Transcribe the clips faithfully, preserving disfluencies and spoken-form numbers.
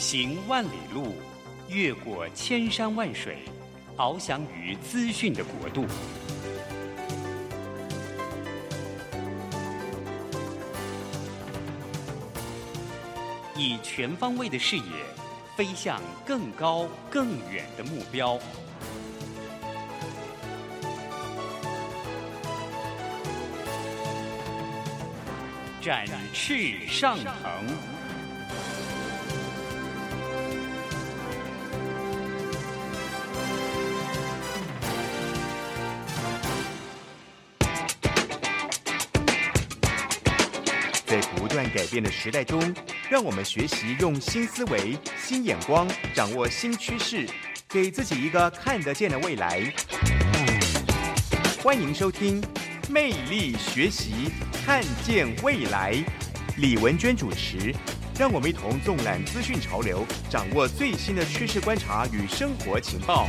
行万里路，越过千山万水，翱翔于资讯的国度。以全方位的视野，飞向更高更远的目标。展翅上腾。 在不断改变的时代中，让我们学习用新思维、新眼光，掌握新趋势，给自己一个看得见的未来。欢迎收听《魅力学习，看见未来》，李文娟主持。让我们一同纵览资讯潮流，掌握最新的趋势观察与生活情报。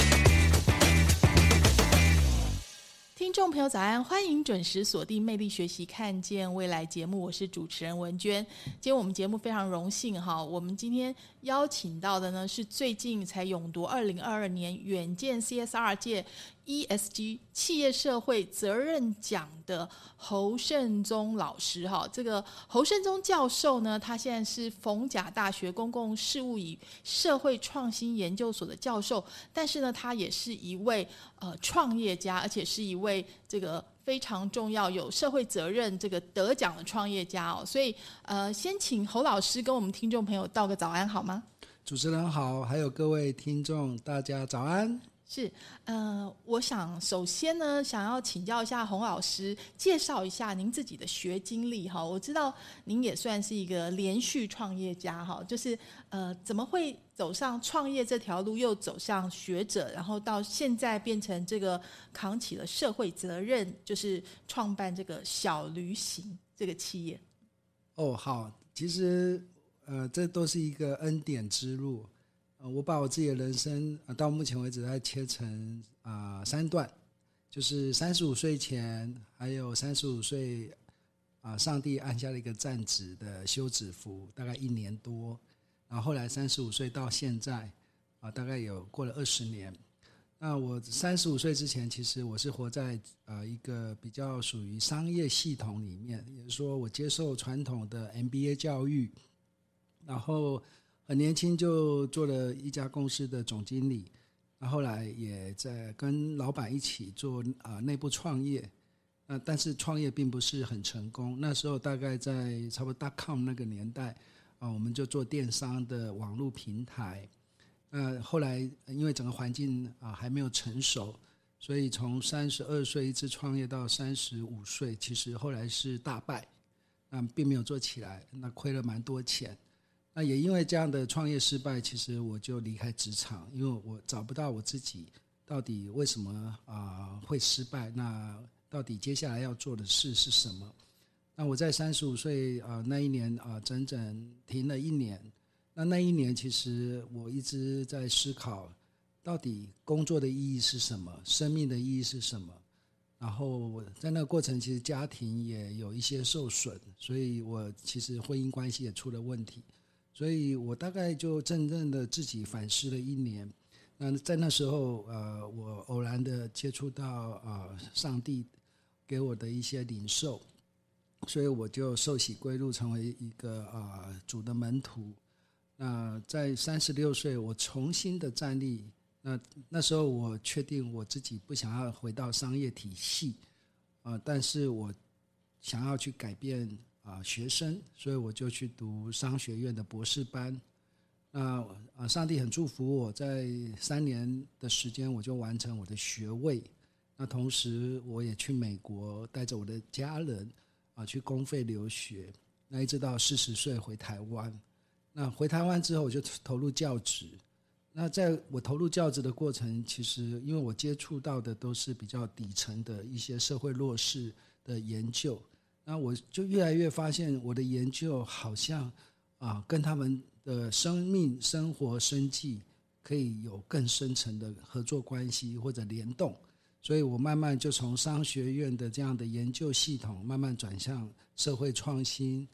听众朋友早安，欢迎准时锁定魅力学习看见未来节目，我是主持人文娟。今天我们节目非常荣幸哈，我们今天邀请到的呢是最近才勇夺二零二二年远见 C S R 界 E S G 企业社会责任奖的侯胜宗老师哈。这个侯胜宗教授呢，他现在是逢甲大学公共事务与社会创新研究所的教授，但是呢，他也是一位呃创业家，而且是一位这个非常重要有社会责任这个得奖的创业家哦。所以呃，先请侯老师跟我们听众朋友道个早安好吗？ 主持人好，还有各位听众大家早安。 是，呃，我想首先呢，想要请教一下洪老师，介绍一下您自己的学经历哈。我知道您也算是一个连续创业家哈，就是呃，怎么会走上创业这条路，又走向学者，然后到现在变成这个扛起了社会责任，就是创办这个小旅行这个企业。 哦，好，其实呃，这都是一个恩典之路。呃，我把我自己的人生、呃、到目前为止在切成啊、呃、三段，就是三十五岁前，还有三十五岁啊、呃，上帝按下了一个暂止的休止符，大概一年多，然后后来三十五岁到现在啊、呃，大概有过了二十年。那我三十五岁之前，其实我是活在呃一个比较属于商业系统里面，也就是说我接受传统的 M B A 教育，然后很年轻就做了一家公司的总经理，然后后来也在跟老板一起做啊、呃、内部创业，那但是创业并不是很成功。那时候大概在差不多 .com 那个年代啊、呃，我们就做电商的网络平台。那后来因为整个环境啊、呃、还没有成熟，所以从三十二岁一直创业到三十五岁，其实后来是大败，那并没有做起来，那亏了蛮多钱。那也因为这样的创业失败，其实我就离开职场，因为我找不到我自己到底为什么啊、呃、会失败，那到底接下来要做的事是什么。那我在三十五岁啊、呃、那一年啊、呃、整整停了一年。那那一年其实我一直在思考，到底工作的意义是什么，生命的意义是什么。然后在那个过程其实家庭也有一些受损，所以我其实婚姻关系也出了问题。所以我大概就真正的自己反思了一年。那在那时候，呃，我偶然的接触到呃上帝给我的一些领受，所以我就受洗归入，成为一个呃主的门徒。那在三十六岁，我重新的站立。那那时候我确定我自己不想要回到商业体系，呃，但是我想要去改变啊，学生，所以我就去读商学院的博士班。那啊，上帝很祝福我，在三年的时间我就完成我的学位。那同时我也去美国，带着我的家人啊去公费留学。那一直到四十岁回台湾。那回台湾之后，我就投入教职。那在我投入教职的过程，其实因为我接触到的都是比较底层的一些社会弱势的研究。那我就越来越发现我的研究好像啊，跟他们的生命、生活、生计可以有更深层的合作关系或者联动，所以我慢慢就从商学院的这样的研究系统慢慢转向社会创新，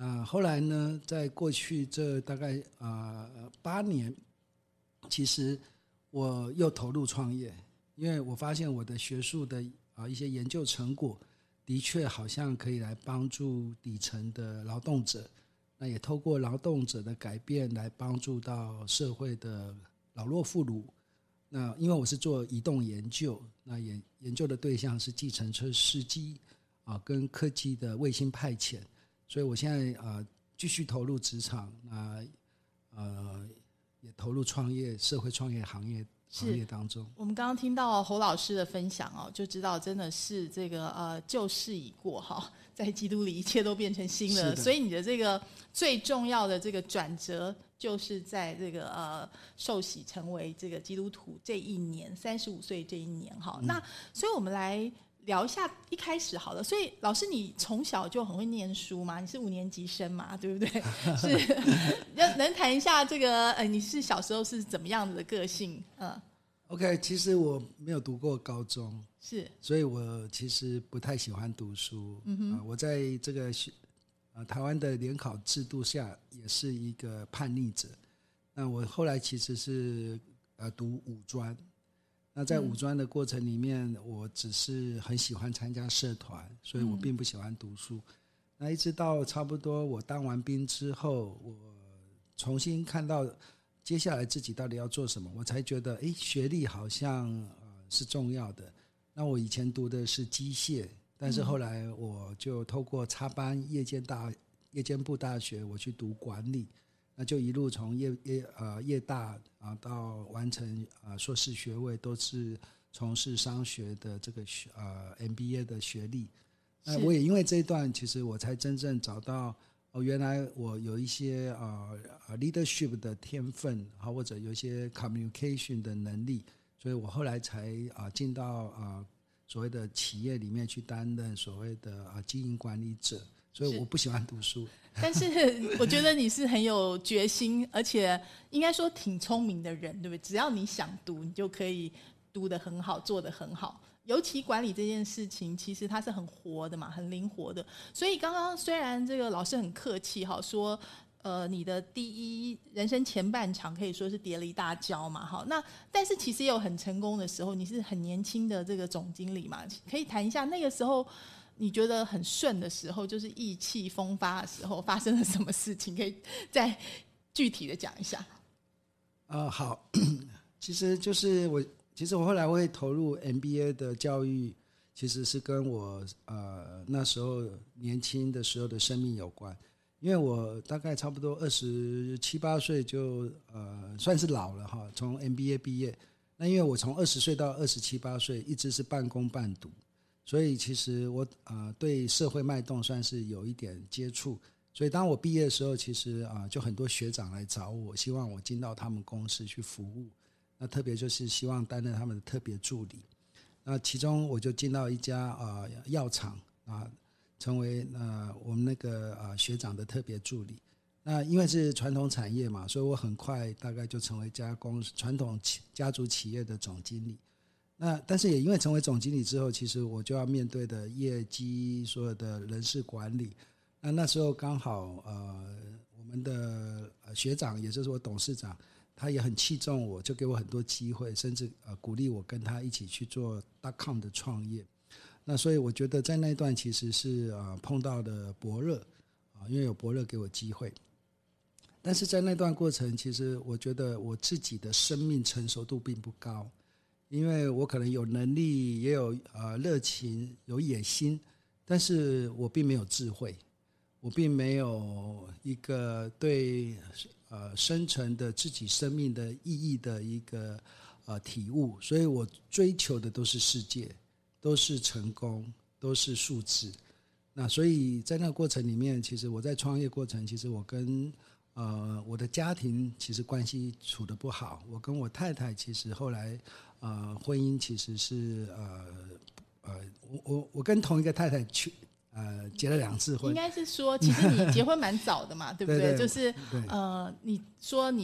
那后来呢，在过去这大概啊、呃、八年，其实我又投入创业，因为我发现我的学术的啊、呃、一些研究成果，的确好像可以来帮助底层的劳动者，那也透过劳动者的改变来帮助到社会的老弱妇孺。那因为我是做移动研究，那也研究的对象是计程车司机啊、呃，跟科技的卫星派遣。所以我现在呃继续投入职场，那呃也投入创业、社会创业行业行业当中。 我们刚刚听到侯老师的分享哦，就知道真的是这个呃旧事已过哈，在基督里一切都变成新了。所以你的这个最重要的这个转折，就是在这个呃受洗成为这个基督徒这一年，三十五岁这一年哈、嗯。那所以我们来聊一下一开始好了。所以老师，你从小就很会念书嘛？你是五年级生嘛，对不对？是，能谈一下这个呃，你是小时候是怎么样子的个性？嗯 ，OK， 其实我没有读过高中， 是， 所以我其实不太喜欢读书。嗯哼，呃、我在这个呃台湾的联考制度下，也是一个叛逆者。那我后来其实是呃读五专。那在五专的过程里面、嗯、我只是很喜欢参加社团，所以我并不喜欢读书、嗯、那一直到差不多我当完兵之后，我重新看到接下来自己到底要做什么，我才觉得诶学历好像、呃、是重要的。那我以前读的是机械，但是后来我就透过插班夜间大夜间部大学，我去读管理，那就一路从业业呃业大啊到完成啊硕士学位，都是从事商学的这个呃 M B A 的学历。那我也因为这一段，其实我才真正找到哦，原来我有一些呃 leadership 的天分，或者有一些 communication 的能力，所以我后来才啊进到啊所谓的企业里面去担任所谓的啊经营管理者。所以我不喜欢读书， 但是我觉得你是很有决心，而且应该说挺聪明的人，对不对？只要你想读，你就可以读得很好，做得很好。尤其管理这件事情，其实它是很活的嘛，很灵活的。所以刚刚虽然这个老师很客气哈，说呃你的第一人生前半场可以说是跌了一大跤嘛，哈，那但是其实也有很成功的时候，你是很年轻的这个总经理嘛，可以谈一下那个时候。你觉得很顺的时候，就是意气风发的时候，发生了什么事情？可以再具体的讲一下。 啊、呃，好，其实就是我，其实我后来会投入 M B A 的教育，其实是跟我呃那时候年轻的时候的生命有关。因为我大概差不多二十七八岁就呃算是老了哈，从 M B A 毕业。那因为我从二十岁到二十七八岁一直是半工半读。所以其实我呃对社会脉动算是有一点接触，所以当我毕业的时候，其实啊、呃、就很多学长来找我，希望我进到他们公司去服务，那特别就是希望担任他们的特别助理。那其中我就进到一家啊、呃、药厂啊，成为呃我们那个啊、呃、学长的特别助理。那因为是传统产业嘛，所以我很快大概就成为一家公司传统家族企业的总经理。那但是也因为成为总经理之后，其实我就要面对的业绩所有的人事管理。那那时候刚好呃我们的学长也就是我董事长，他也很器重我，就给我很多机会，甚至呃鼓励我跟他一起去做 .com 的创业。那所以我觉得在那一段其实是呃碰到的伯乐啊、呃，因为有伯乐给我机会。但是在那段过程，其实我觉得我自己的生命成熟度并不高。因为我可能有能力，也有呃热情，有野心，但是我并没有智慧，我并没有一个对呃深层的自己生命的意义的一个呃体悟，所以我追求的都是世界，都是成功，都是数字。那所以在那个过程里面，其实我在创业过程，其实我跟呃我的家庭其实关系处得不好，我跟我太太其实后来。呃，婚姻其实是呃呃，我我我跟同一个太太去呃结了两次婚。 应该是说，其实你结婚蛮早的嘛，对不对？ 对对就是呃，你说你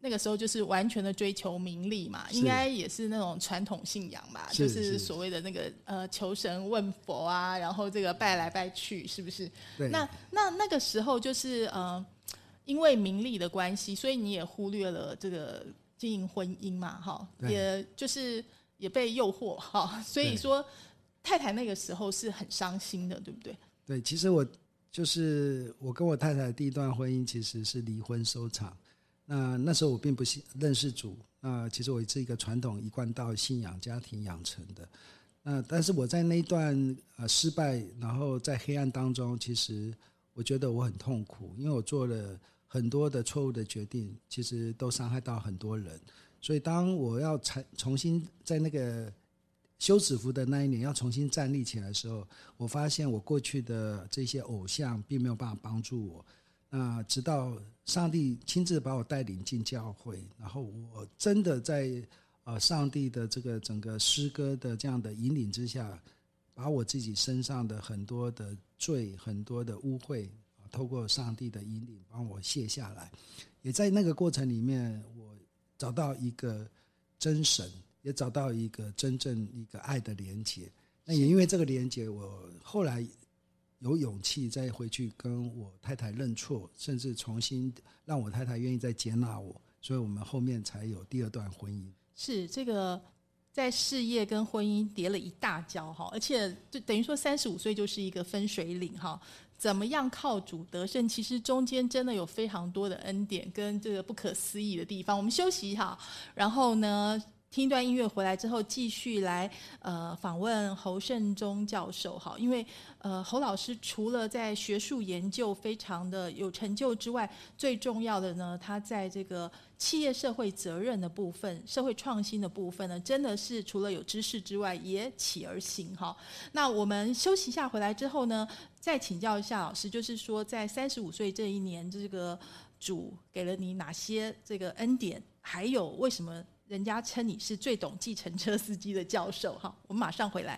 那个时候就是完全的追求名利嘛，应该也是那种传统信仰吧， 是就是所谓的那个呃求神问佛啊，然后这个拜来拜去，是不是？ 对。 那那那个时候就是呃，因为名利的关系，所以你也忽略了这个经营婚姻嘛，哈，也就是也被诱惑哈，所以说太太那个时候是很伤心的，对不对？ 对，其实我就是我跟我太太的第一段婚姻其实是离婚收场。那那时候我并不认识主，那其实我是一个传统一贯道信仰家庭养成的。那但是我在那一段呃失败，然后在黑暗当中，其实我觉得我很痛苦，因为我做了很多的错误的决定，其实都伤害到很多人。所以当我要重新在那个休止符的那一年要重新站立起来的时候，我发现我过去的这些偶像并没有办法帮助我。那直到上帝亲自把我带领进教会，然后我真的在呃上帝的这个整个诗歌的这样的引领之下，把我自己身上的很多的罪、很多的污秽，透过上帝的引领帮我卸下来。也在那个过程里面，我找到一个真神，也找到一个真正一个爱的连结。那也因为这个连结，我后来有勇气再回去跟我太太认错，甚至重新让我太太愿意再接纳我，所以我们后面才有第二段婚姻。 是这个在事业跟婚姻跌了一大跤哈，而且就等于说三十五岁就是一个分水岭哈。怎么样靠主得胜？其实中间真的有非常多的恩典跟这个不可思议的地方。我们休息一下，然后呢？听一段音乐回来之后，继续来呃访问侯胜宗教授哈，因为呃侯老师除了在学术研究非常的有成就之外，最重要的呢，他在这个企业社会责任的部分、社会创新的部分呢，真的是除了有知识之外，也起而行哈。那我们休息一下回来之后呢，再请教一下老师，就是说在三十五岁这一年，这个主给了你哪些这个恩典，还有为什么？人家称你是最懂计程车司机的教授哈，我们马上回来。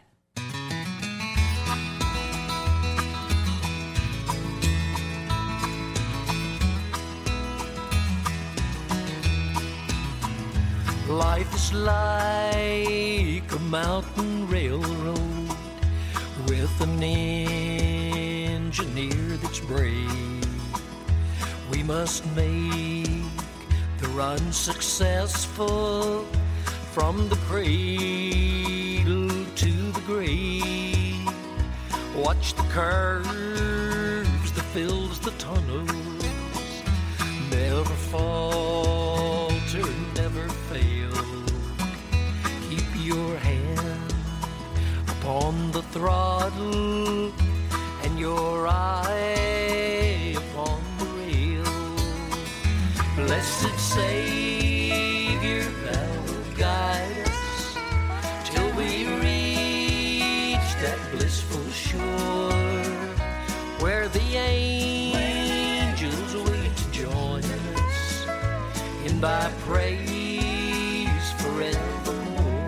Life is like a mountain railroad with an engineer that's brave. We must make the run successful from the cradle to the grave. Watch the curves that fills the tunnels. Never falter, never fail. Keep your hand upon the throttle and your eye upon the rail. Blessed Savior, thou wilt guide us till we reach that blissful shore where the angels wait to join us in thy praise forevermore.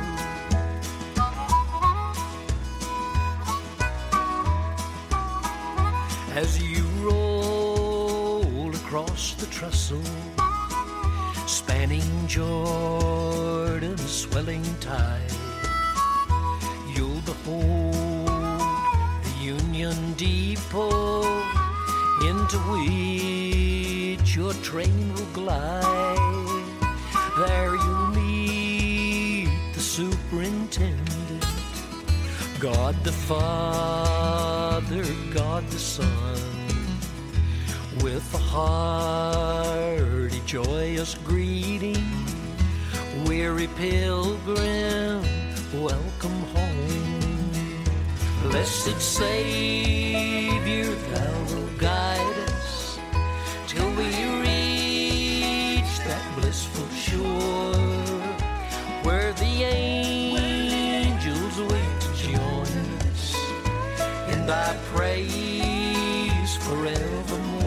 As you roll across the trestle, spanning Jordan's swelling tide, you'll behold the Union Depot into which your train will glide. There you'll meet the superintendent, God the Father, God the Son, with a hearty, joyous greeting. Weary pilgrim, welcome home. Blessed Savior, thou wilt guide us till we reach that blissful shore where the angels wait to join us in thy praise forevermore.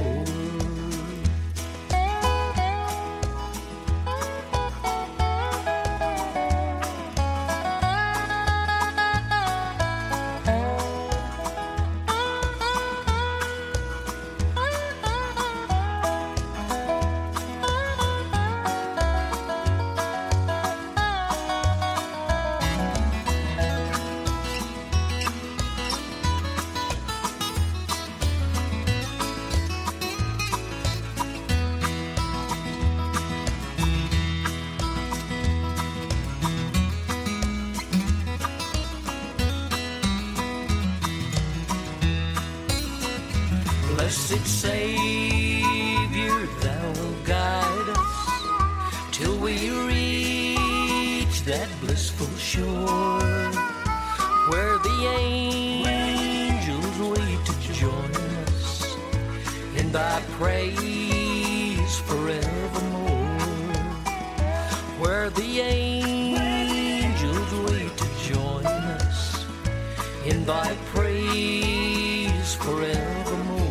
Blessed Savior, thou wilt guide us till we reach that blissful shore where the angels wait to join us in thy praise forevermore, where the angels wait to join us in thy praise forevermore.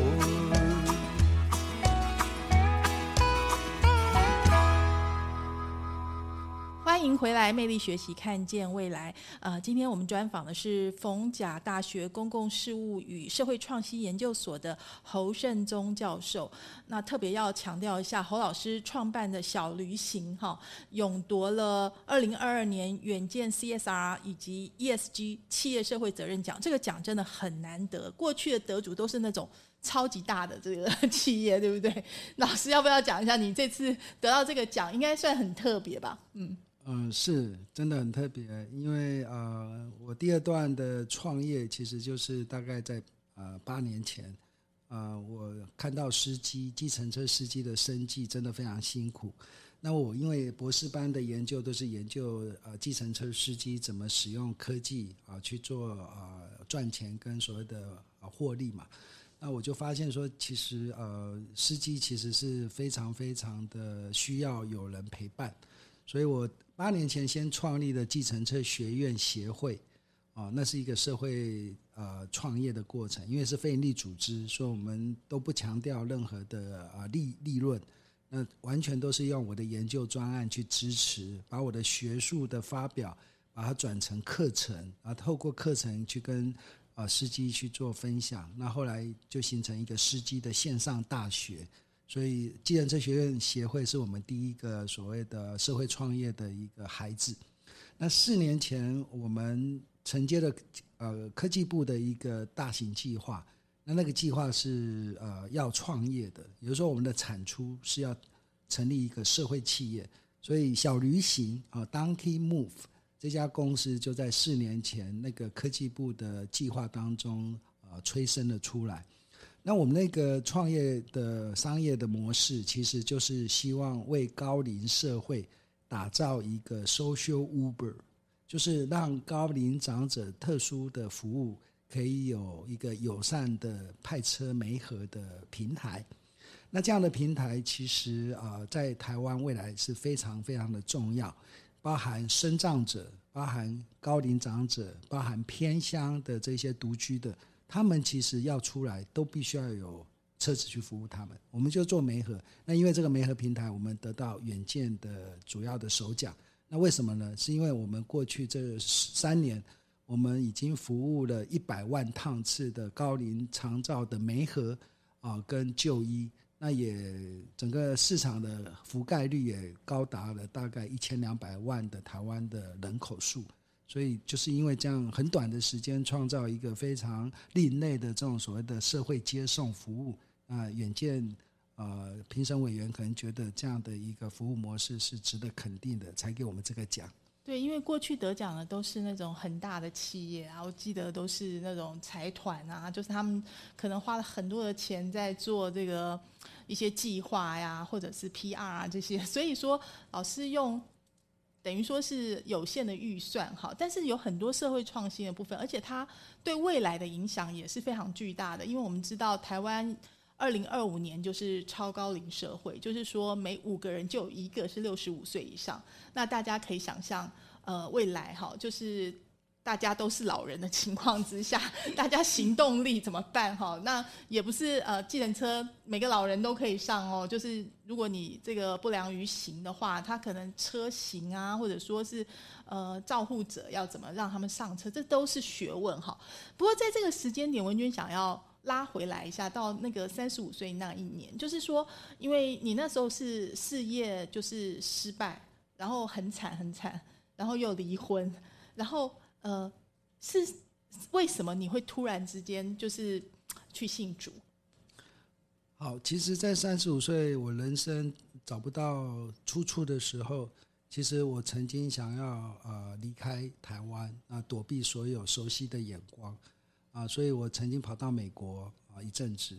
欢迎回来，魅力学习，看见未来。呃，今天我们专访的是逢甲大学公共事务与社会创新研究所的侯胜宗教授。那特别要强调一下，侯老师创办的小旅行哈，勇夺了二零二二年远见 C S R 以及 E S G 企业社会责任奖。这个奖真的很难得，过去的得主都是那种超级大的这个企业，对不对？老师要不要讲一下，你这次得到这个奖，应该算很特别吧？嗯。 嗯，是真的很特别，因为呃，我第二段的创业其实就是大概在呃八年前，呃，我看到司机、计程车司机的生计真的非常辛苦。那我因为博士班的研究都是研究呃计程车司机怎么使用科技啊、呃、去做呃赚钱跟所谓的呃获利嘛。那我就发现说，其实呃司机其实是非常非常的需要有人陪伴。所以我八年前先创立了计程车学院协会，啊，那是一个社会呃创业的过程，因为是非营利组织，所以我们都不强调任何的啊利利润，那完全都是用我的研究专案去支持，把我的学术的发表把它转成课程，啊，透过课程去跟啊司机去做分享，那后来就形成一个司机的线上大学。所以计程车学院协会是我们第一个所谓的社会创业的一个孩子。那四年前我们承接了呃科技部的一个大型计划，那那个计划是呃要创业的，也就是说我们的产出是要成立一个社会企业。所以小旅行啊 Donkey Move 这家公司就在四年前那个科技部的计划当中呃催生了出来。那我们那个创业的商业的模式，其实就是希望为高龄社会打造一个 social Uber， 就是让高龄长者特殊的服务可以有一个友善的派车媒合的平台。那这样的平台其实呃在台湾未来是非常非常的重要，包含身障者，包含高龄长者，包含偏乡的这些独居的，他们其实要出来都必须要有车子去服务他们，我们就做媒合。那因为这个媒合平台我们得到远见的主要的首奖，那为什么呢？是因为我们过去这三年我们已经服务了一百万趟次的高龄长照的媒合啊跟就医，那也整个市场的覆盖率也高达了大概一千两百万的台湾的人口数。所以就是因为这样很短的时间创造一个非常另类的这种所谓的社会接送服务啊、呃，远见呃评审委员可能觉得这样的一个服务模式是值得肯定的，才给我们这个奖。 对，因为过去得奖的都是那种很大的企业啊，我记得都是那种财团啊，就是他们可能花了很多的钱在做这个一些计划呀，或者是 P R 啊这些，所以说老师用等于说是有限的预算哈，但是有很多社会创新的部分，而且它对未来的影响也是非常巨大的。因为我们知道台湾二零二五年就是超高龄社会，就是说每五个人就有一个是六十五岁以上。那大家可以想象，呃，未来哈，就是大家都是老人的情况之下，大家行动力怎么办哈？那也不是呃，计程车每个老人都可以上哦。就是如果你这个不良于行的话，他可能车型啊，或者说是呃照护者要怎么让他们上车，这都是学问哈。不过在这个时间点，文娟想要拉回来一下，到那个三十五岁那一年，就是说，因为你那时候是事业就是失败，然后很惨很惨，然后又离婚，然后。呃，是为什么你会突然之间就是去信主？ 好，其实在三十五岁我人生找不到出处的时候，其实我曾经想要呃离开台湾啊，躲避所有熟悉的眼光啊，所以我曾经跑到美国啊一阵子。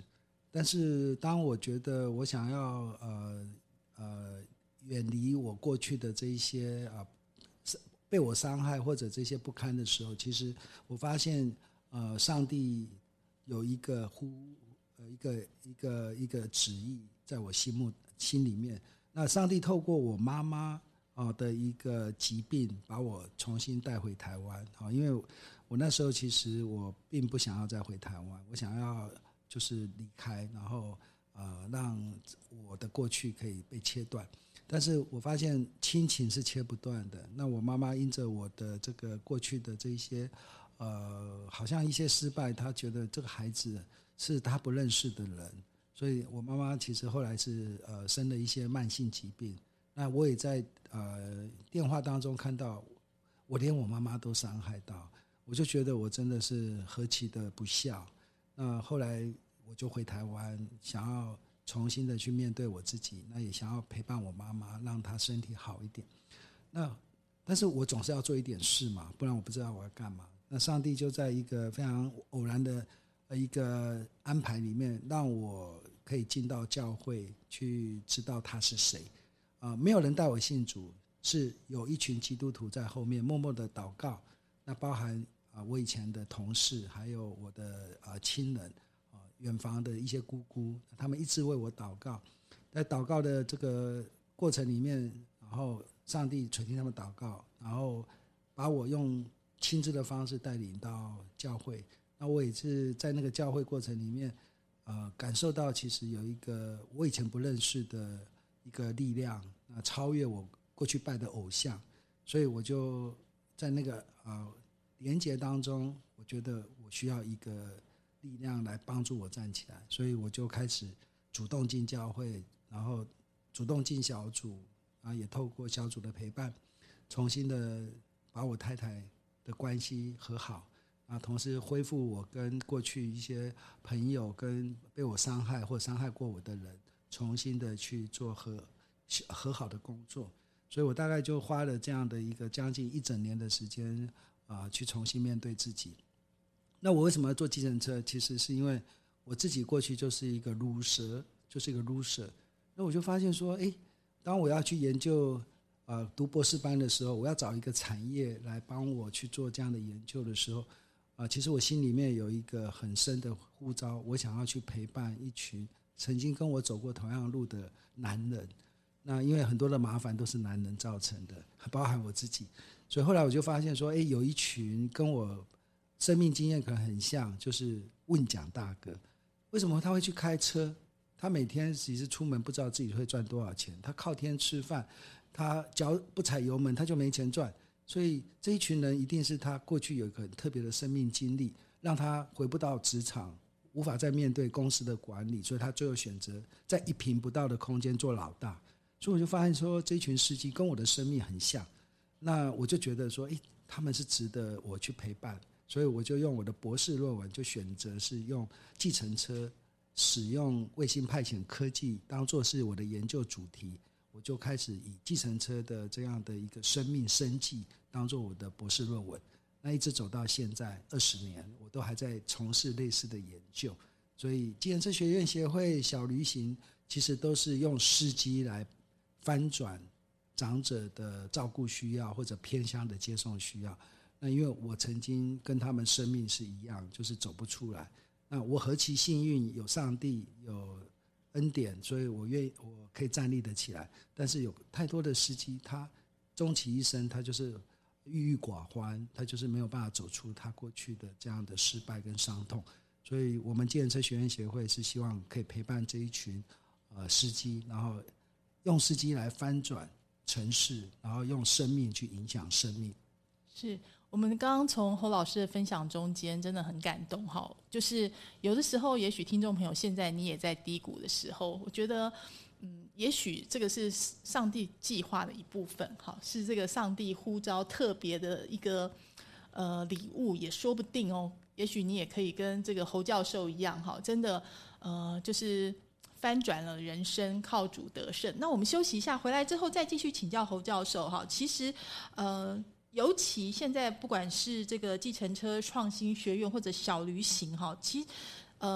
但是当我觉得我想要呃呃远离我过去的这一些啊、呃、被我伤害或者这些不堪的时候，其实我发现呃上帝有一个呼呃一个一个一个旨意在我心目心里面。那上帝透过我妈妈啊的一个疾病，把我重新带回台湾。好，因为我那时候其实我并不想要再回台湾，我想要就是离开，然后呃让我的过去可以被切断。但是我发现亲情是切不断的。那我妈妈因着我的这个过去的这一些呃好像一些失败，她觉得这个孩子是她不认识的人，所以我妈妈其实后来是呃生了一些慢性疾病。那我也在呃电话当中看到，我连我妈妈都伤害到，我就觉得我真的是何其的不孝。那后来我就回台湾，想要重新的去面对我自己，那也想要陪伴我妈妈，让她身体好一点。那但是我总是要做一点事嘛，不然我不知道我要干嘛。那上帝就在一个非常偶然的一个安排里面，让我可以进到教会去知道他是谁。呃、没有人带我信主，是有一群基督徒在后面默默的祷告。那包含、呃、我以前的同事，还有我的、呃、亲人，远房的一些姑姑，他们一直为我祷告。在祷告的这个过程里面，然后上帝垂听他们祷告，然后把我用亲自的方式带领到教会。那我也是在那个教会过程里面，呃，感受到其实有一个我以前不认识的一个力量，那超越我过去拜的偶像。所以我就在那个呃连结当中，我觉得我需要一个力量来帮助我站起来，所以我就开始主动进教会，然后主动进小组，然后也透过小组的陪伴，重新的把我太太的关系和好，啊，同时恢复我跟过去一些朋友跟被我伤害或伤害过我的人，重新的去做和和好的工作。所以我大概就花了这样的一个将近一整年的时间啊、呃，去重新面对自己。那我为什么要坐计程车？其实是因为我自己过去就是一个 loser， 就是一个 loser。那我就发现说，哎，当我要去研究呃读博士班的时候，我要找一个产业来帮我去做这样的研究的时候，啊、呃，其实我心里面有一个很深的呼召，我想要去陪伴一群曾经跟我走过同样路的男人。那因为很多的麻烦都是男人造成的，包含我自己，所以后来我就发现说，哎，有一群跟我生命经验可能很像，就是问讲大哥。为什么他会去开车？他每天其实出门不知道自己会赚多少钱，他靠天吃饭，他脚不踩油门他就没钱赚。所以这一群人一定是他过去有一个很特别的生命经历，让他回不到职场，无法再面对公司的管理，所以他最后选择在一坪不到的空间做老大。所以我就发现说，这一群司机跟我的生命很像，那我就觉得说，诶，他们是值得我去陪伴。所以我就用我的博士论文，就选择是用计程车使用卫星派遣科技当作是我的研究主题，我就开始以计程车的这样的一个生命生计当作我的博士论文。那一直走到现在二十年，我都还在从事类似的研究。所以计程车学院协会、小旅行其实都是用司机来翻转长者的照顾需要或者偏乡的接送需要。那因为我曾经跟他们生命是一样，就是走不出来。那我何其幸运，有上帝有恩典，所以我愿意我可以站立得起来。但是有太多的司机，他终其一生他就是郁郁寡欢，他就是没有办法走出他过去的这样的失败跟伤痛。所以我们计程车学院协会是希望可以陪伴这一群呃司机，然后用司机来翻转城市，然后用生命去影响生命。 是我们刚刚从侯老师的分享中间真的很感动哈，就是有的时候也许听众朋友现在你也在低谷的时候，我觉得嗯，也许这个是上帝计划的一部分哈，是这个上帝呼召特别的一个呃礼物也说不定哦。也许你也可以跟这个侯教授一样哈，真的呃就是翻转了人生，靠主得胜。那我们休息一下，回来之后再继续请教侯教授哈。其实呃尤其现在不管是这个计程车创新学院或者小旅行哈，其实呃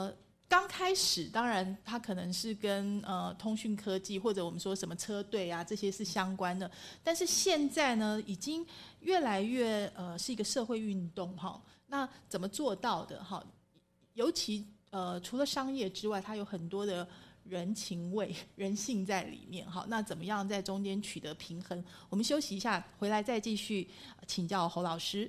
刚开始当然它可能是跟呃通讯科技或者我们说什么车队啊这些是相关的，但是现在呢已经越来越呃是一个社会运动哈。那怎么做到的哈？尤其呃除了商业之外，它有很多的人情味、人性在里面哈。那怎么样在中间取得平衡？我们休息一下，回来再继续请教侯老师。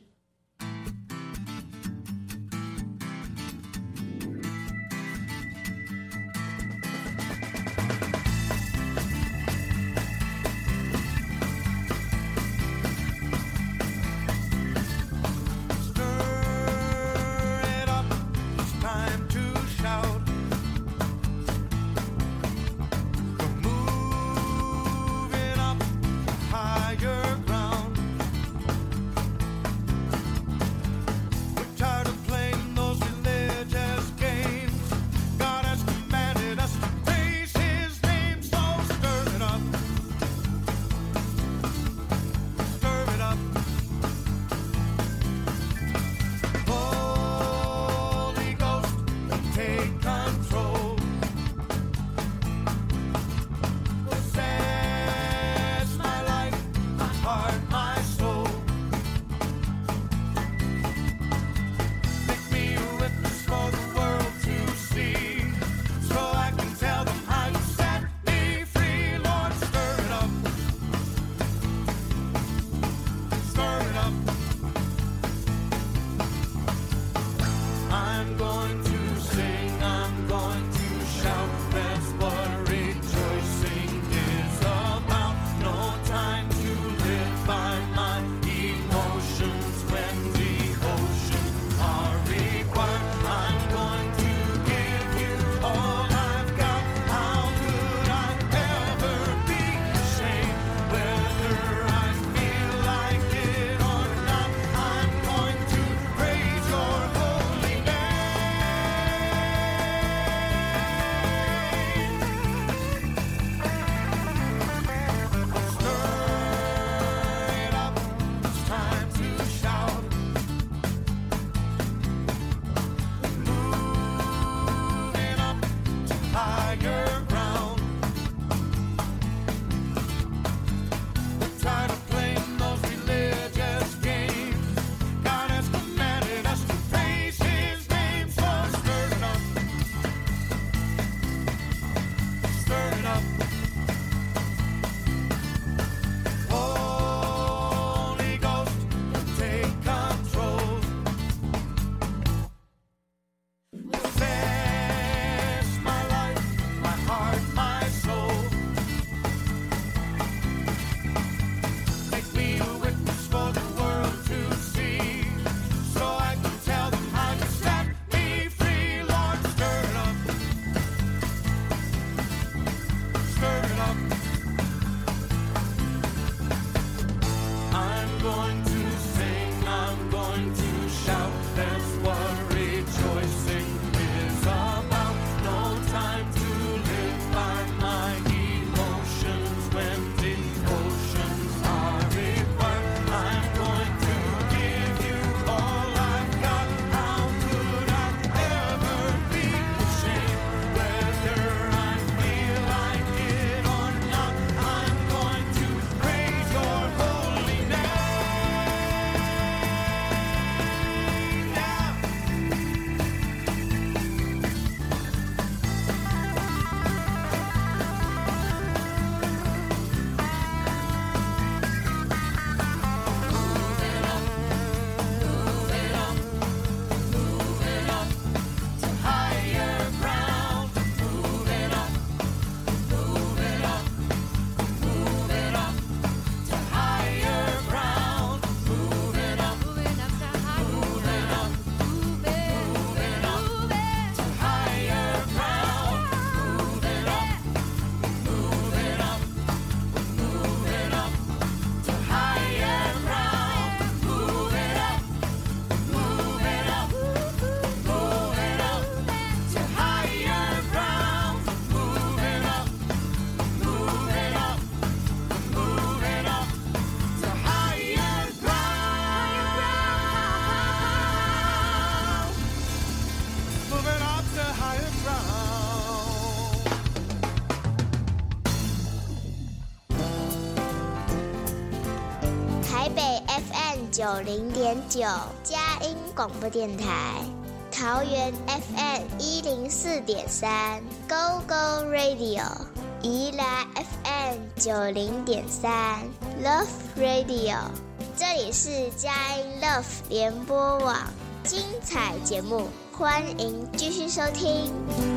Higher ground. 台北 F M 九零点九佳音广播电台，桃园 F M 一零四点三 Go Go Radio， 宜兰 F M 九零点三 Love Radio。这里是佳音 Love 联播网，精彩节目，欢迎继续收听。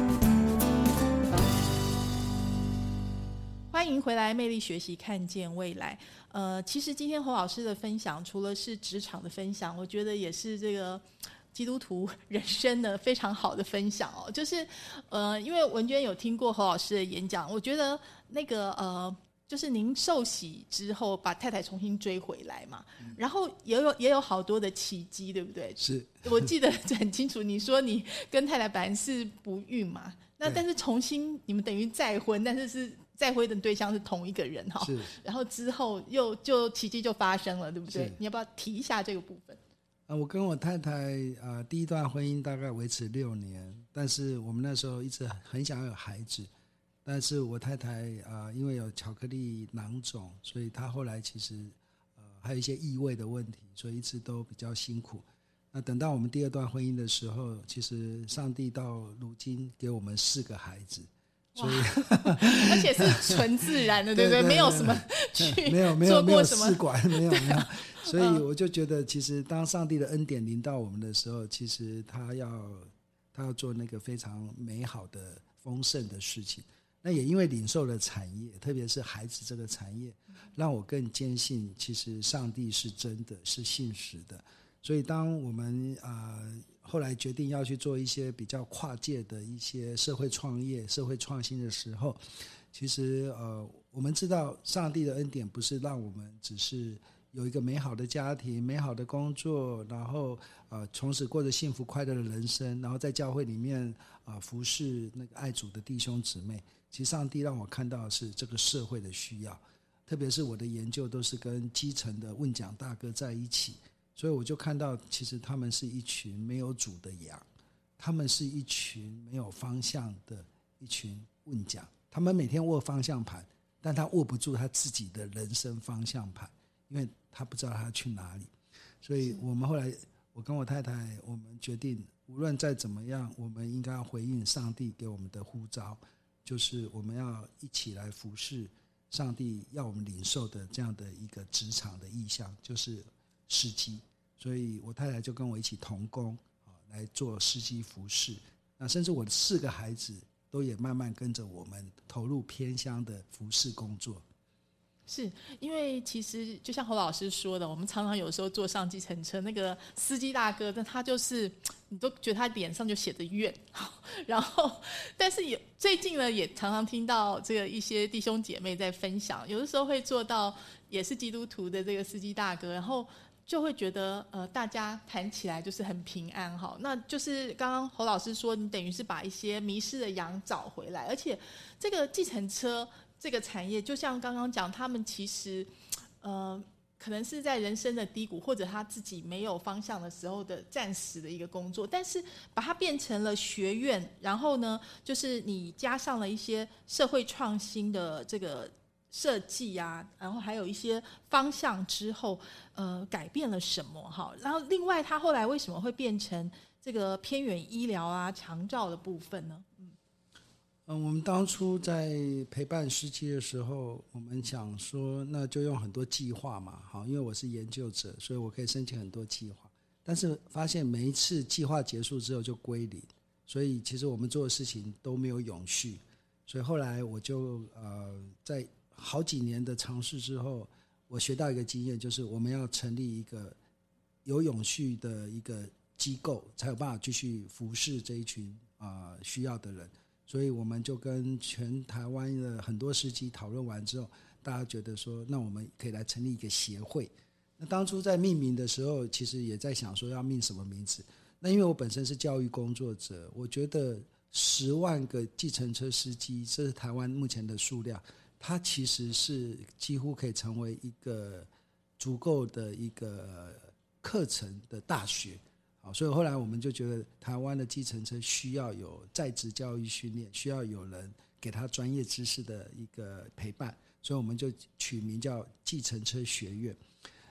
欢迎回来，魅力学习，看见未来。呃，其实今天侯老师的分享，除了是职场的分享，我觉得也是这个基督徒人生的非常好的分享哦。就是呃，因为文娟有听过侯老师的演讲，我觉得那个呃。就是您受洗之后把太太重新追回来嘛，嗯、然后也有也有好多的奇迹，对不对？ 是， 我记得很清楚，你说你跟太太本来是不孕嘛，那但是重新你们等于再婚，但是是再婚的对象是同一个人哈，然后之后又就奇迹就发生了，对不对？你要不要提一下这个部分？ 啊，我跟我太太啊、呃，第一段婚姻大概维持六年，但是我们那时候一直很想要有孩子。但是我太太啊、呃，因为有巧克力囊肿，所以她后来其实呃还有一些异味的问题，所以一直都比较辛苦。那等到我们第二段婚姻的时候，其实上帝到如今给我们四个孩子，所以而且是纯自然的，对不对？没有什么去没有没有没有试管，没有没有。 啊、 所以我就觉得，其实当上帝的恩典临到我们的时候，其实他要他要做那个非常美好的丰盛的事情。那也因为领受了产业，特别是孩子这个产业，让我更坚信其实上帝是真的，是信实的。所以当我们呃后来决定要去做一些比较跨界的一些社会创业、社会创新的时候，其实呃我们知道上帝的恩典不是让我们只是有一个美好的家庭、美好的工作，然后呃从此过着幸福快乐的人生，然后在教会里面啊、呃、服侍那个爱主的弟兄姊妹。其实上帝让我看到的是这个社会的需要，特别是我的研究都是跟基层的问讲大哥在一起，所以我就看到其实他们是一群没有主的羊，他们是一群没有方向的一群问讲，他们每天握方向盘，但他握不住他自己的人生方向盘，因为他不知道他要去哪里。所以我们后来我跟我太太我们决定，无论再怎么样，我们应该要回应上帝给我们的呼召，就是我们要一起来服侍上帝要我们领受的这样的一个职场的意向，就是司机。所以我太太就跟我一起同工来做司机服侍。那甚至我的四个孩子都也慢慢跟着我们投入偏乡的服侍工作。 是因为其实就像侯老师说的，我们常常有时候坐上计程车，那个司机大哥，但他就是你都觉得他脸上就写着怨，然后但是也最近呢，也常常听到这个一些弟兄姐妹在分享，有的时候会做到也是基督徒的这个司机大哥，然后就会觉得呃大家谈起来就是很平安哈。那就是刚刚侯老师说，你等于是把一些迷失的羊找回来，而且这个计程车这个产业，就像刚刚讲，他们其实，呃，可能是在人生的低谷，或者他自己没有方向的时候的暂时的一个工作，但是把它变成了学院，然后呢，就是你加上了一些社会创新的这个设计啊，然后还有一些方向之后，呃，改变了什么哈？然后另外，他后来为什么会变成这个偏远医疗啊、长照的部分呢？嗯。 嗯，我们当初在陪伴司机的时候，我们想说，那就用很多计划嘛，好，因为我是研究者，所以我可以申请很多计划。但是发现每一次计划结束之后就归零，所以其实我们做的事情都没有永续。所以后来我就呃，在好几年的尝试之后，我学到一个经验，就是我们要成立一个有永续的一个机构，才有办法继续服侍这一群啊、呃、需要的人。所以我们就跟全台湾的很多司机讨论完之后，大家觉得说，那我们可以来成立一个协会。那当初在命名的时候，其实也在想说要命什么名字。那因为我本身是教育工作者，我觉得十万个计程车司机，这是台湾目前的数量，它其实是几乎可以成为一个足够的一个课程的大学。好，所以后来我们就觉得台湾的计程车需要有在职教育训练，需要有人给他专业知识的一个陪伴，所以我们就取名叫计程车学院。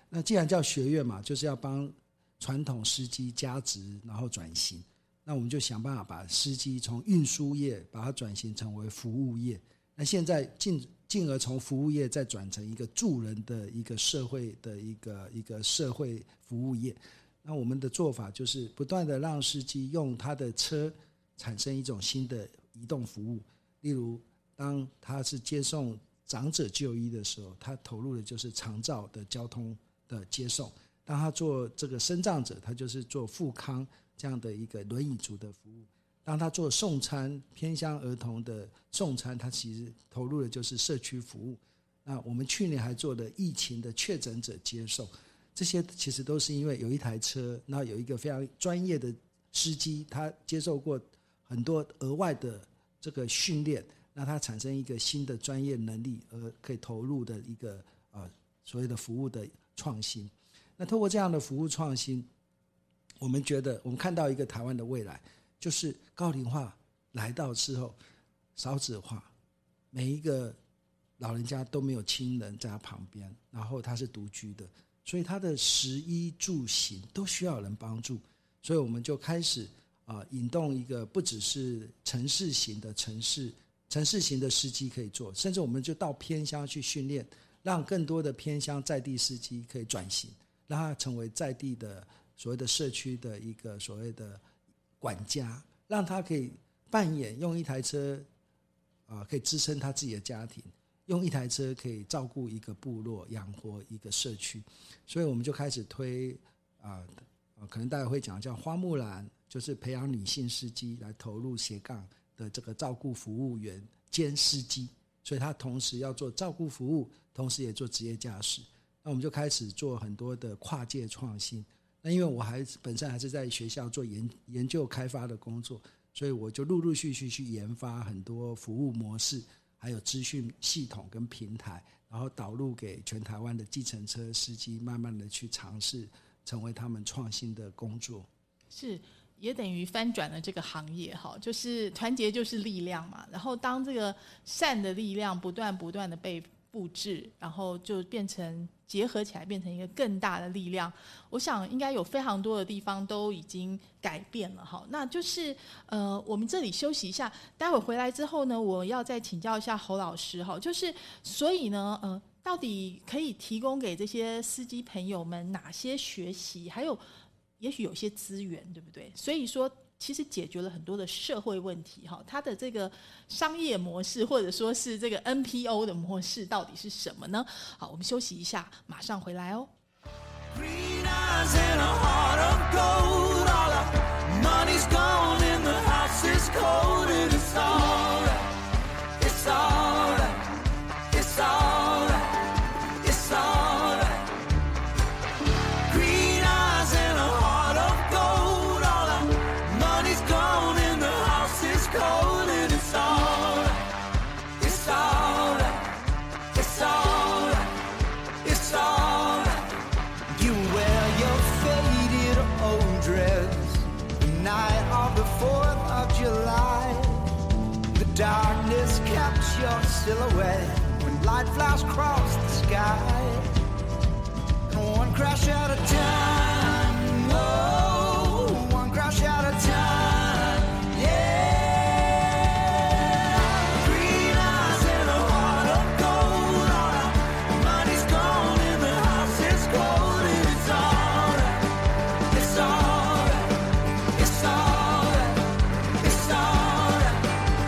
那既然叫学院嘛，就是要帮传统司机加值，然后转型。那我们就想办法把司机从运输业把它转型成为服务业。那现在进进而从服务业再转成一个助人的一个社会的一个一个社会服务业。那我们的做法就是不断的让司机用他的车产生一种新的移动服务。例如，当他是接送长者就医的时候，他投入的就是长照的交通的接送；当他做这个身障者，他就是做复康这样的一个轮椅族的服务；当他做送餐偏乡儿童的送餐，他其实投入的就是社区服务。那我们去年还做了疫情的确诊者接送，这些其实都是因为有一台车，然后有一个非常专业的司机，他接受过很多额外的这个训练，那他产生一个新的专业能力，而可以投入的一个呃所谓的服务的创新。那透过这样的服务创新，我们觉得我们看到一个台湾的未来，就是高龄化来到之后，少子化，每一个老人家都没有亲人在他旁边，然后他是独居的，所以他的食衣住行都需要有人帮助。所以我们就开始啊、呃、引动一个不只是城市型的城市城市型的司机可以做，甚至我们就到偏乡去训练，让更多的偏乡在地司机可以转型，让他成为在地的所谓的社区的一个所谓的管家，让他可以扮演用一台车啊、呃、可以支撑他自己的家庭，用一台车可以照顾一个部落，养活一个社区。所以我们就开始推啊、呃、可能大家会讲叫花木兰，就是培养女性司机来投入斜杠的这个照顾服务员兼司机，所以他同时要做照顾服务，同时也做职业驾驶。那我们就开始做很多的跨界创新。那因为我还本身还是在学校做研研究开发的工作，所以我就陆陆续续去研发很多服务模式，还有资讯系统跟平台，然后导入给全台湾的计程车司机，慢慢的去尝试成为他们创新的工作。 是，也等于翻转了这个行业哈，就是团结就是力量嘛。然后当这个善的力量不断不断的被布置，然后就变成结合起来，变成一个更大的力量。我想应该有非常多的地方都已经改变了哈。那就是呃，我们这里休息一下，待会回来之后呢，我要再请教一下侯老师哈。就是所以呢，呃，到底可以提供给这些司机朋友们哪些学习，还有也许有些资源，对不对？所以说其实解决了很多的社会问题哈。它的这个商业模式或者说是这个 N P O 的模式到底是什么呢？好，我们休息一下，马上回来哦。 Green eyes and a heart of gold. All our money's gone and the house is cold. And it's alright, it's alright, it's alright, it's alright. Green eyes and a heart of gold. All our money's gone and the house is cold. And it's alright, it's alright, it's alright, it's alright. You wear your faded old dress the night of the fourth of July. The darkness caps your silhouette when light flashes across the sky. And one crash at a time, oh, one crash at a time, yeah. Green eyes and a heart of gold. All our money's gone and the house is cold. And it's alright, it's alright, it's alright, it's alright.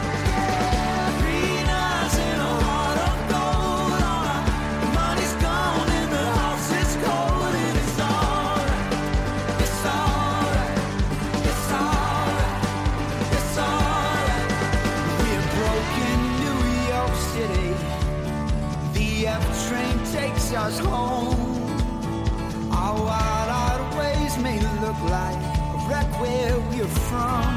Green eyes and a heart of gold. All our money's gone and the house is cold. And it's alright, it's alright, it's alright, it's alright. We're broke in New York City. The F train takes us home. Our wild-eyed ways may look like a wreck where we're from.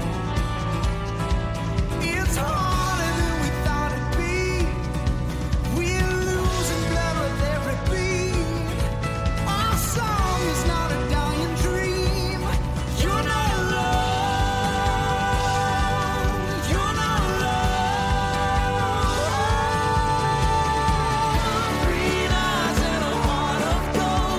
It's harder than we thought it'd be. We're losing blood with every beat. Our song is not a dying dream. You're not alone. You're not alone. Green eyes and a heart of gold.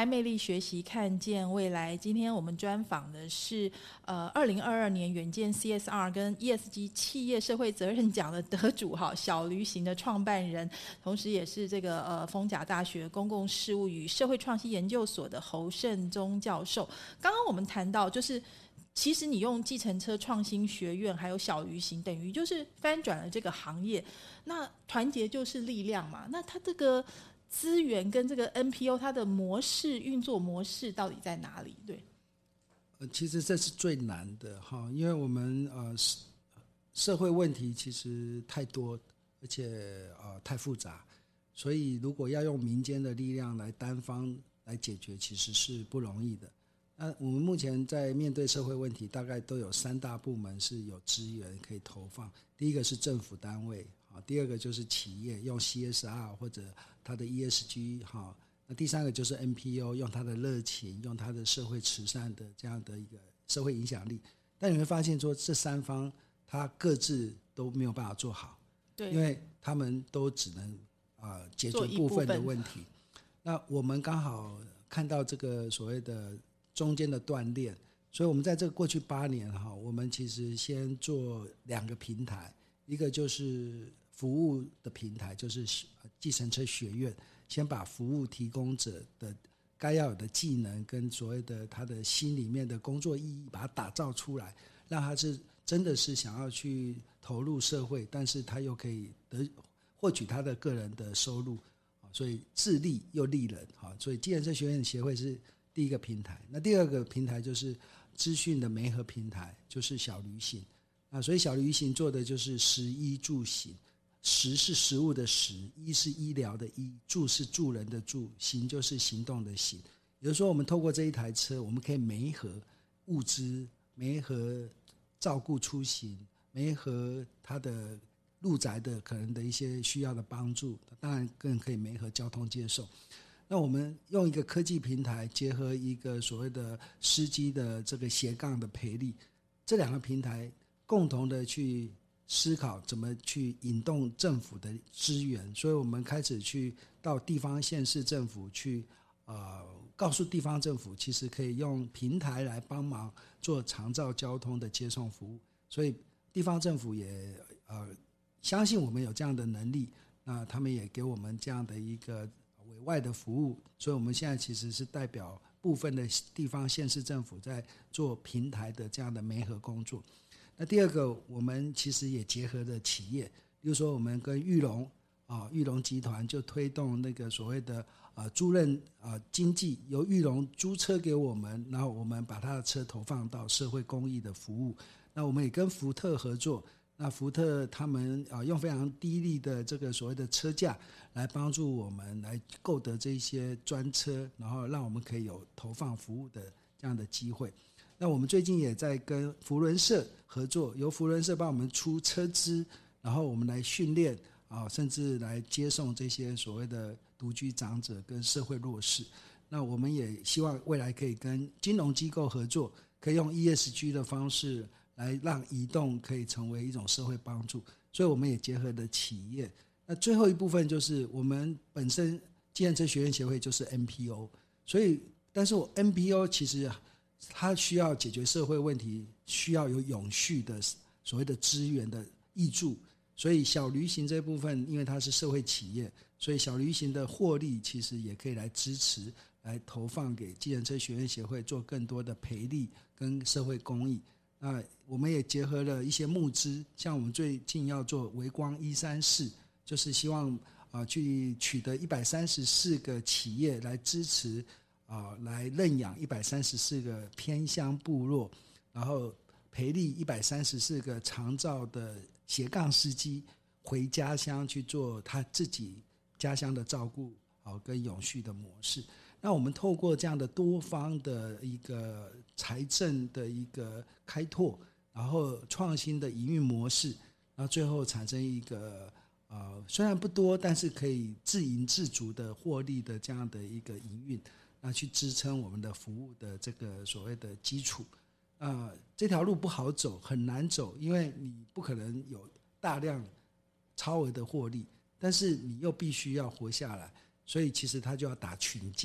来魅力学习，看见未来。今天我们专访的是呃，二零二二年远见 C S R 跟 E S G 企业社会责任奖的得主哈，小旅行的创办人，同时也是这个呃丰甲大学公共事务与社会创新研究所的侯胜宗教授。刚刚我们谈到，就是其实你用计程车创新学院还有小旅行，等于就是翻转了这个行业。那团结就是力量嘛，那它这个资源跟这个 N P O 它的模式运作模式到底在哪里？对， 呃，其实这是最难的哈，因为我们呃社会问题其实太多，而且呃太复杂，所以如果要用民间的力量来单方来解决，其实是不容易的。那我们目前在面对社会问题，大概都有三大部门是有资源可以投放。第一个是政府单位，第二个就是企业用 C S R 或者它的 E S G， 那第三个就是 N P O 用它的热情，用它的社会慈善的这样的一个社会影响力。但你会发现说，这三方它各自都没有办法做好， 对， 因为他们都只能、呃、解决部分的问题。那我们刚好看到这个所谓的中间的断裂，所以我们在这个过去八年哈，我们其实先做两个平台，一个就是服务的平台，就是计程车学院，先把服务提供者的该要有的技能跟所谓的他的心里面的工作意义，把它打造出来，让他是真的是想要去投入社会，但是他又可以得获取他的个人的收入，所以自利又利人。所以计程车学院协会是第一个平台。那第二个平台就是资讯的媒合平台，就是小旅行。那所以小旅行做的就是食衣住行，食是食物的食，医是医疗的医，住是助人的助，行就是行动的行。也就是说，我们透过这一台车，我们可以媒合物资，媒合照顾出行，媒合他的入宅的可能的一些需要的帮助，当然更可以媒合交通接送。那我们用一个科技平台结合一个所谓的司机的这个斜杠的培力，这两个平台共同的去思考怎么去引动政府的资源，所以我们开始去到地方县市政府去呃告诉地方政府，其实可以用平台来帮忙做长照交通的接送服务，所以地方政府也呃相信我们有这样的能力，那他们也给我们这样的一个委外的服务，所以我们现在其实是代表部分的地方县市政府在做平台的这样的媒合工作。那第二个，我们其实也结合了企业，比如说我们跟裕隆啊，裕隆集团就推动那个所谓的呃租赁啊经济，由裕隆租车给我们，然后我们把他的车投放到社会公益的服务。那我们也跟福特合作，那福特他们啊用非常低利的这个所谓的车价来帮助我们来购得这些专车，然后让我们可以有投放服务的这样的机会。那我们最近也在跟福伦社合作，由福伦社帮我们出车资，然后我们来训练啊，甚至来接送这些所谓的独居长者跟社会弱势。那我们也希望未来可以跟金融机构合作，可以用 E S G 的方式来让移动可以成为一种社会帮助，所以我们也结合了企业。那最后一部分就是我们本身计程车学院协会就是 N P O， 所以但是我 N P O 其实它需要解决社会问题，需要有永续的所谓的资源的挹注，所以小旅行这部分因为它是社会企业，所以小旅行的获利其实也可以来支持，来投放给计程车学院协会做更多的培力跟社会公益。那我们也结合了一些募资，像我们最近要做微光一三四，就是希望啊去取得一百三十四个企业来支持啊来认养一百三十四个偏乡部落，然后培力一百三十四个长照的斜杠司机回家乡去做他自己家乡的照顾啊跟永续的模式。那我们透过这样的多方的一个财政的一个开拓，然后创新的营运模式，然后最后产生一个呃虽然不多，但是可以自营自足的获利的这样的一个营运，那去支撑我们的服务的这个所谓的基础。呃，这条路不好走，很难走，因为你不可能有大量超额的获利，但是你又必须要活下来，所以其实他就要打群架。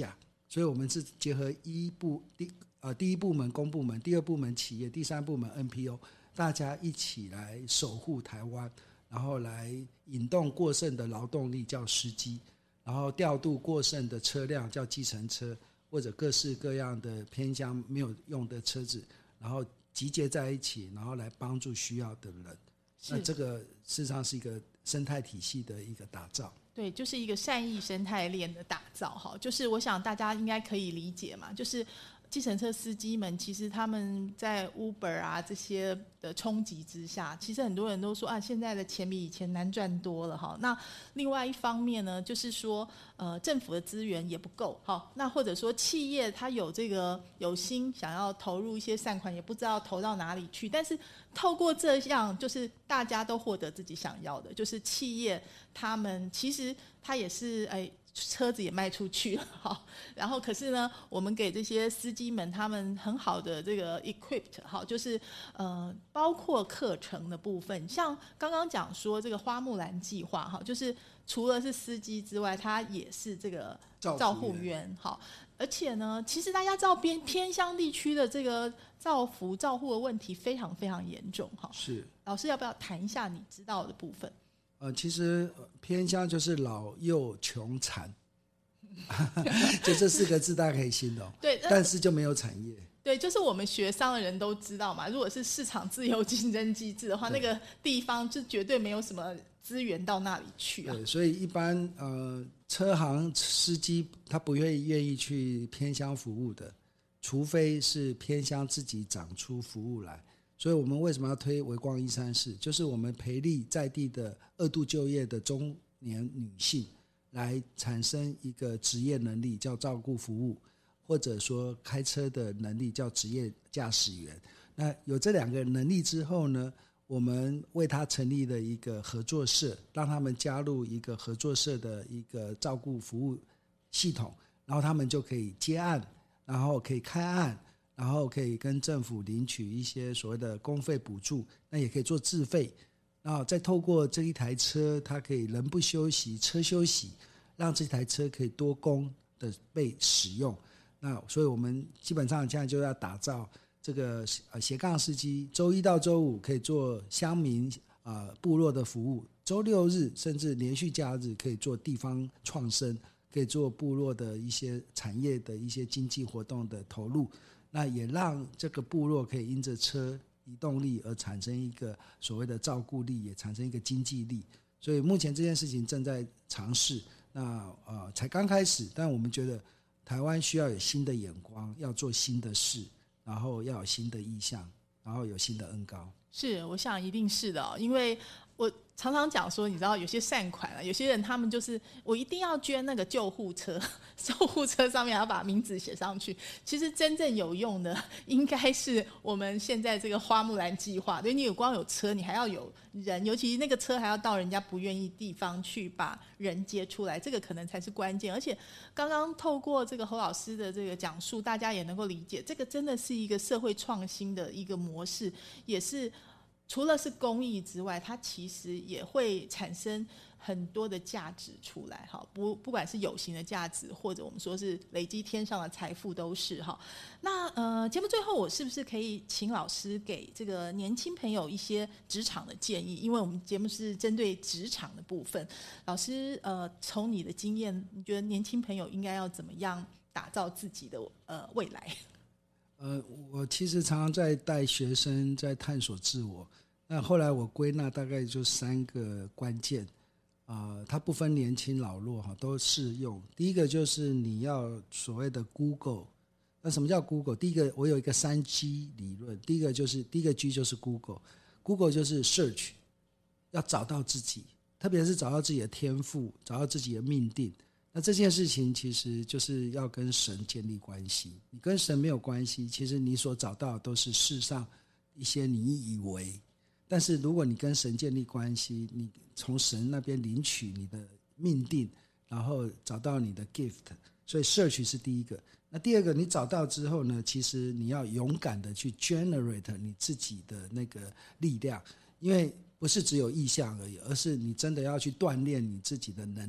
所以我们是结合一部第呃第一部门公部门，第二部门企业，第三部门 N P O， 大家一起来守护台湾，然后来引动过剩的劳动力叫司机，然后调度过剩的车辆叫计程车，或者各式各样的偏乡没有用的车子，然后集结在一起，然后来帮助需要的人。那这个事实上是一个生态体系的一个打造。 对，就是一个善意生态链的打造哈，就是我想大家应该可以理解嘛，就是计程车司机们其实他们在 Uber 啊这些的冲击之下，其实很多人都说啊，现在的钱比以前难赚多了哈。那另外一方面呢，就是说呃政府的资源也不够哈，那或者说企业它有这个有心想要投入一些善款，也不知道投到哪里去，但是透过这样，就是大家都获得自己想要的，就是企业他们其实他也是哎。车子也卖出去了哈，然后可是呢，我们给这些司机们他们很好的这个 equipped 哈，就是呃包括课程的部分，像刚刚讲说这个花木兰计划哈，就是除了是司机之外，他也是这个照护员哈，而且呢，其实大家知道偏偏乡地区的这个照服照护的问题非常非常严重哈。 是， 老师要不要谈一下你知道的部分？ 呃，其实偏乡就是老幼穷残，就这四个字大家可以形容。 对， 但是就没有产业。 对，就是我们学商的人都知道嘛，如果是市场自由竞争机制的话，那个地方就绝对没有什么资源到那里去啊。 对，所以一般呃车行司机他不愿意愿意去偏乡服务的，除非是偏乡自己长出服务来。所以我们为什么要推微光一三四？就是我们培力在地的二度就业的中年女性，来产生一个职业能力，叫照顾服务，或者说开车的能力，叫职业驾驶员。那有这两个能力之后呢，我们为他成立了一个合作社，让他们加入一个合作社的一个照顾服务系统，然后他们就可以接案，然后可以开案，然后可以跟政府领取一些所谓的公费补助，那也可以做自费，然后再透过这一台车，它可以人不休息车休息，让这台车可以多工的被使用。那所以我们基本上现在就要打造这个呃斜杠司机，周一到周五可以做乡民呃部落的服务，周六日甚至连续假日可以做地方创生，可以做部落的一些产业的一些经济活动的投入。那也让这个部落可以因着车移动力而产生一个所谓的照顾力，也产生一个经济力。所以目前这件事情正在尝试，那呃才刚开始，但我们觉得台湾需要有新的眼光，要做新的事，然后要有新的意向，然后有新的恩高。 是，我想一定是的哦，因为我常常讲说，你知道有些善款啊，有些人他们就是我一定要捐那个救护车，救护车上面还要把名字写上去。其实真正有用的应该是我们现在这个花木兰计划，对，你有光有车，你还要有人，尤其那个车还要到人家不愿意地方去把人接出来，这个可能才是关键。而且刚刚透过这个侯老师的这个讲述，大家也能够理解，这个真的是一个社会创新的一个模式，也是除了是公益之外，它其实也会产生很多的价值出来，不不管是有形的价值，或者我们说是累积天上的财富，都是哈。那呃，节目最后我是不是可以请老师给这个年轻朋友一些职场的建议？因为我们节目是针对职场的部分，老师呃，从你的经验，你觉得年轻朋友应该要怎么样打造自己的呃未来？ 呃，我其实常常在带学生在探索自我，那后来我归纳大概就三个关键，啊、呃，它不分年轻老弱哈，都适用。第一个就是你要所谓的 Google， 那什么叫 Google？ 第一个我有一个三 G 理论，第一个就是第一个 G 就是 Google，Google 就是 Search， 要找到自己，特别是找到自己的天赋，找到自己的命定。那这件事情其实就是要跟神建立关系，你跟神没有关系，其实你所找到的都是世上一些你以为，但是如果你跟神建立关系，你从神那边领取你的命定，然后找到你的 gift， 所以 search 是第一个。那第二个，你找到之后呢，其实你要勇敢的去 generate 你自己的那个力量，因为不是只有意向而已，而是你真的要去锻炼你自己的能力，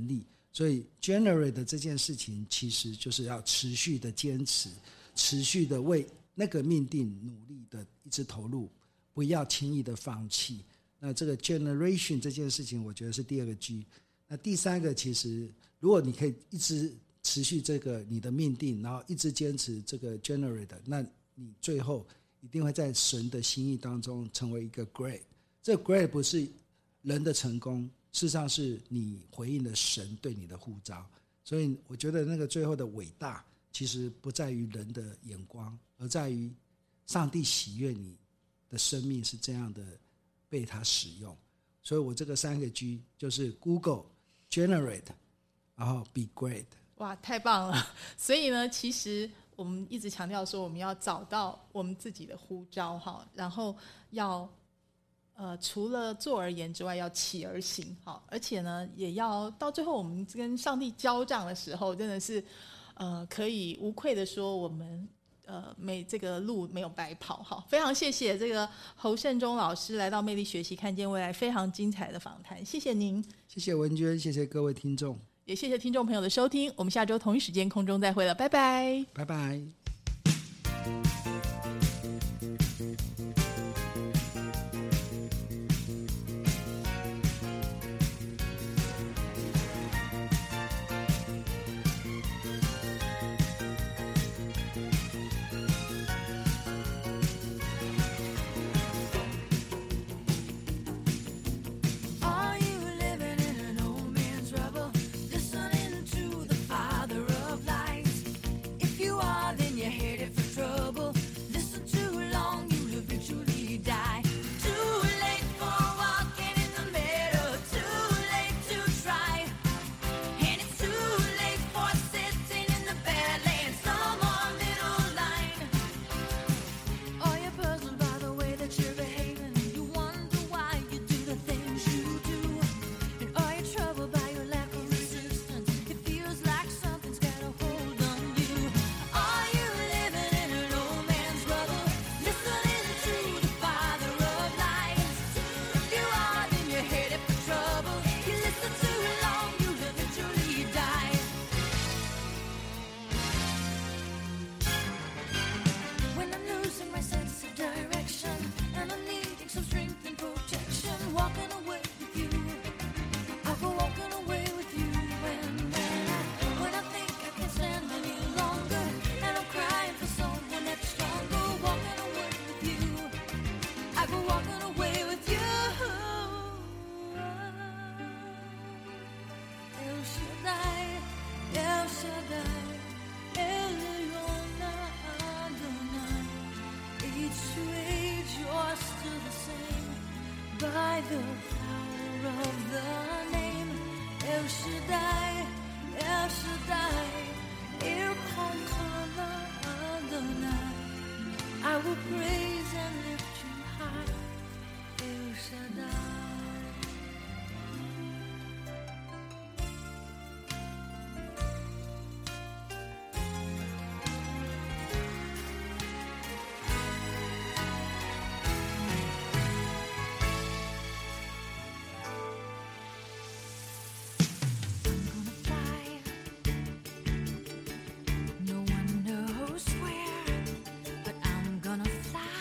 所以 generate 这件事情其实就是要持续的坚持，持续的为那个命定努力的一直投入，不要轻易的放弃。那这个 generation 这件事情我觉得是第二个 G。 那第三个，其实如果你可以一直持续这个你的命定，然后一直坚持这个 generate， 那你最后一定会在神的心意当中成为一个 great。 这个 great 不是人的成功，事实上是你回应了神对你的呼召。所以我觉得那个最后的伟大其实不在于人的眼光，而在于上帝喜悦你的生命是这样的被他使用。所以我这个三个 G 就是 Google Generate 然后 Be Great。 哇，太棒了！所以呢，其实我们一直强调说我们要找到我们自己的呼召哈，然后要呃除了做而言之外要起而行哈，而且呢也要到最后我们跟上帝交账的时候，真的是呃可以无愧的说我们呃没这个路没有白跑哈。非常谢谢这个侯胜忠老师来到魅力学习看见未来非常精彩的访谈，谢谢您。 谢谢文娟，谢谢各位听众， 也谢谢听众朋友的收听，我们下周同一时间空中再会了，拜拜。 拜拜。 By the power of the name El Shaddai, El Shaddai, Elkanah Adonai. I will praise and lift you high, El Shaddai. No one knows where, but I'm gonna fly.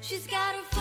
She's got a